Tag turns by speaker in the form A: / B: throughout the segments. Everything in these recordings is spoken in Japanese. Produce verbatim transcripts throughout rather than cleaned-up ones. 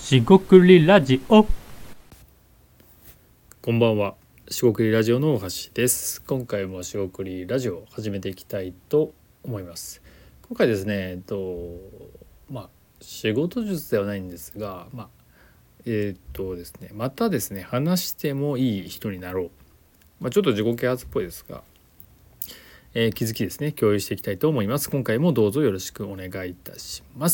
A: しごくりラジオ。
B: こんばんは、しごくりラジオの大橋です。今回もしごくりラジオを始めていきたいと思います。今回ですね、えっとまあ仕事術ではないんですが、まあえっとですねまたですね話してもいい人になろう、まあ、ちょっと自己啓発っぽいですが、えー、気づきですね共有していきたいと思います。今回もどうぞよろしくお願いいたします。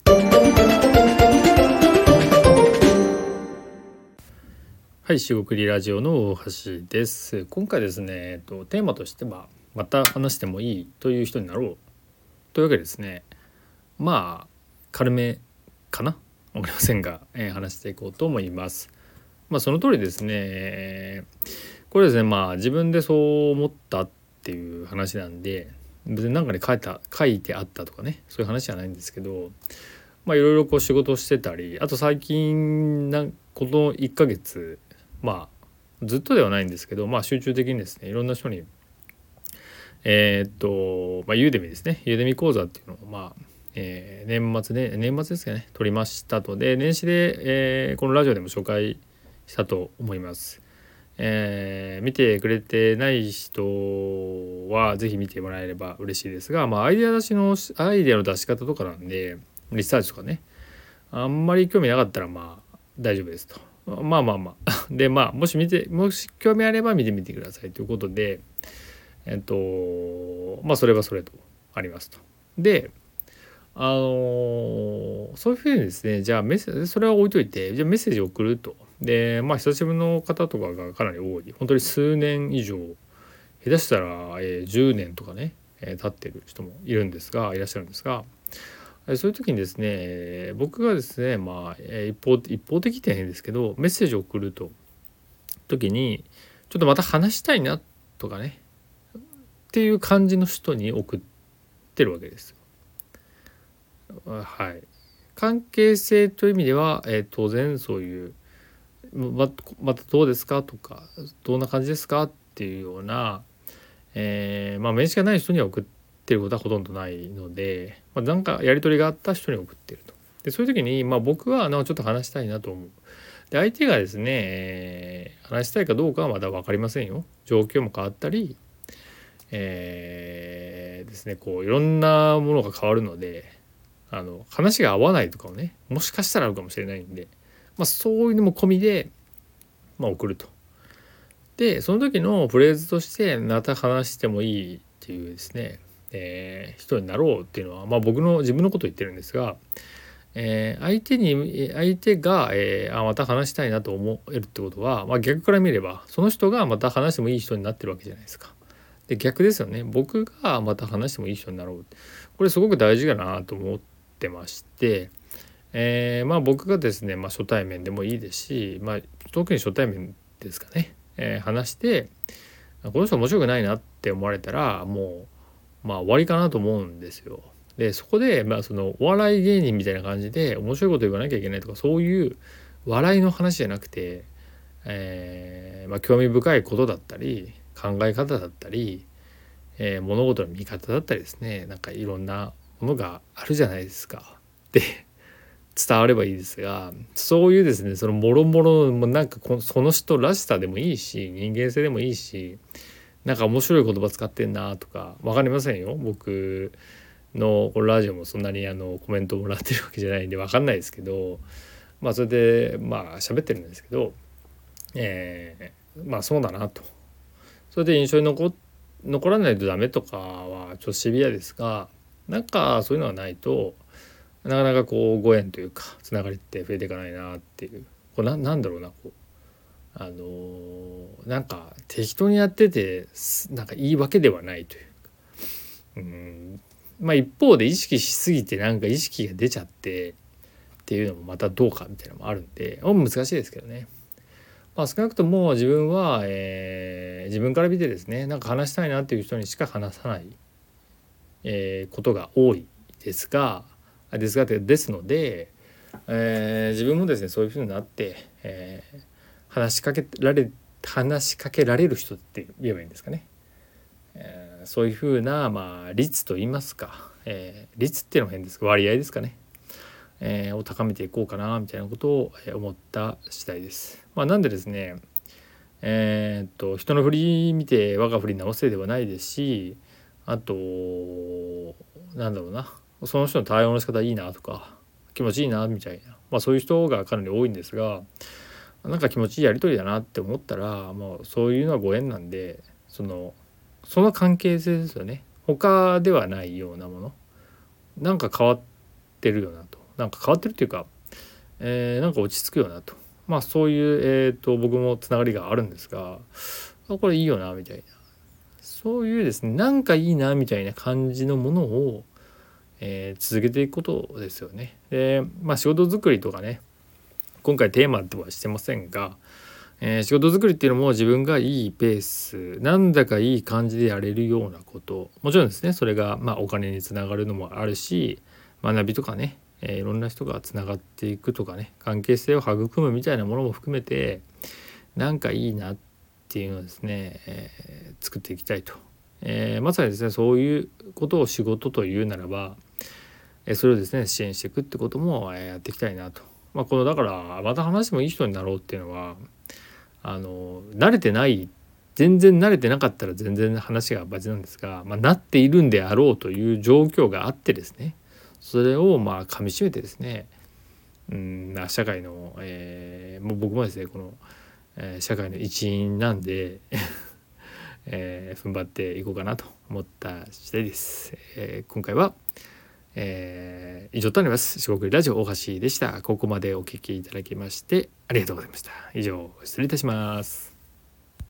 B: はい、しごくりラジオの大橋です。今回ですね、えっと、テーマとしてはまた話してもいいという人になろうというわけですね。まあ軽めかな、わかりませんが、えー、話していこうと思います。まあその通りですね。これですね、まあ自分でそう思ったっていう話なんで、別に何かに書いた書いてあったとかね、そういう話じゃないんですけど、まあいろいろこう仕事をしてたり、あと最近なこのいっかげつ、まあずっとではないんですけど、まあ集中的にですねいろんな人にえー、っと、まあ、ユーデミですねユーデミ講座っていうのをまあ、えー、年末で年末ですかね取りましたと。で年始で、えー、このラジオでも紹介したと思います。えー、見てくれてない人はぜひ見てもらえれば嬉しいですが、まあアイデア出しのアイデアの出し方とかなんで、リサーチとかね、あんまり興味なかったらまあ大丈夫ですと。まあまあまあで、まあもし見てもし興味あれば見てみてくださいということで、えっとまあそれはそれとありますと。であのそういうふうにですね、じゃあメッセージそれは置いといて、じゃあメッセージを送ると。でまあ久しぶりの方とかがかなり多い、本当に数年以上、下手したら、えー、じゅうねんとかね、えー、経ってる人もいるんですがいらっしゃるんですが、そういう時にですね、僕がですね、まあ一方一方的って変ですけど、メッセージを送ると時にちょっとまた話したいなとかねっていう感じの人に送ってるわけです。はい。関係性という意味では、えー、当然そういうままたどうですかとかどんな感じですかっていうような、えー、まあ面識がない人には送ってることはほとんどないので、まあ、なんかやり取りがあった人に送ってると。でそういう時に、まあ、僕はなんかちょっと話したいなと思う。で相手がですね、えー、話したいかどうかはまだ分かりませんよ。状況も変わったり、えー、ですねこういろんなものが変わるので、あの話が合わないとかもねもしかしたらあるかもしれないんで、まあ、そういうのも込みで、まあ、送ると。でその時のフレーズとしてまた話してもいいっていうですね、えー、人になろうっていうのは、まあ、僕の自分のことを言ってるんですが、えー、相手に相手が、えー、あまた話したいなと思えるってことは、まあ、逆から見ればその人がまた話してもいい人になってるわけじゃないですか。で逆ですよね、僕がまた話してもいい人になろう、これすごく大事だなと思ってまして、えー、まあ僕がですね、まあ、初対面でもいいですし、まあ、特に初対面ですかね、えー、話してこの人面白くないなって思われたらもう、まあ、終わりかなと思うんですよ。でそこで、まあ、そのお笑い芸人みたいな感じで面白いこと言わなきゃいけないとかそういう笑いの話じゃなくて、えーまあ、興味深いことだったり考え方だったり、えー、物事の見方だったりですね、なんかいろんなものがあるじゃないですか。で伝わればいいですが、そういうですねそのもろもろもなんかこのその人らしさでもいいし人間性でもいいし、なんか面白い言葉使ってんなとか分かりませんよ。僕のこのラジオもそんなにあのコメントもらってるわけじゃないんで分かんないですけど、まあそれでまあ喋ってるんですけど、えー、まあそうだなと。それで印象に残残らないとダメとかはちょっとシビアですが、なんかそういうのがないとなかなかこうご縁というかつながりって増えていかないなっていう、こう な, なんだろうなこうあのー、なんか適当にやっててなんかいいわけではないというか、うんまあ一方で意識しすぎてなんか意識が出ちゃってっていうのもまたどうかみたいなのもあるんで難しいですけどね。まあ、少なくとも自分は、えー、自分から見てですね、なんか話したいなっていう人にしか話さない、えー、ことが多いですがですがですので、えー、自分もですねそういうふうになって、えー、話しかけられ話しかけられる人って言えばいいんですかね、えー、そういうふうな、まあ、率と言いますか、えー、率っていうのも変ですが割合ですかね、 えー、を高めていこうかなみたいなことを思った次第です。まあ、なんでですねえー、っと人の振り見て我が振り直せではないですし、あとなんだろうな、その人の対応の仕方いいなとか気持ちいいなみたいな、まあ、そういう人がかなり多いんですが、なんか気持ちいいやり取りだなって思ったらもうそういうのはご縁なんで、そのその関係性ですよね。他ではないようなもの、なんか変わってるよなと、なんか変わってるっていうか、えー、なんか落ち着くよなと、まあそういう、えー、と僕もつながりがあるんですが、あこれいいよなみたいな、そういうですねなんかいいなみたいな感じのものを、えー、続けていくことですよね。で、まあ仕事作りとかね、今回テーマとはしてませんが、えー、仕事作りっていうのも自分がいいペース、なんだかいい感じでやれるようなこと、もちろんですねそれがまあお金につながるのもあるし、学びとかね、えー、いろんな人がつながっていくとかね、関係性を育むみたいなものも含めてなんかいいなっていうのをですね、えー、作っていきたいと、えー、まさにですねそういうことを仕事というならば、えー、それをですね支援していくってことも、えー、やっていきたいなと。まあこのだからまた話してもいい人になろうっていうのは、あの慣れてない全然慣れてなかったら全然話が別なんですが、まあ、なっているんであろうという状況があってですね、それをまあ噛みしめてですね、うん社会の、えー、もう僕もですねこの、えー、社会の一員なんで、えー、踏ん張っていこうかなと思った次第です。えー、今回は、えー、以上となります。四国ラジオ大橋でした。ここまでお聞きいただきましてありがとうございました。以上失礼いたします。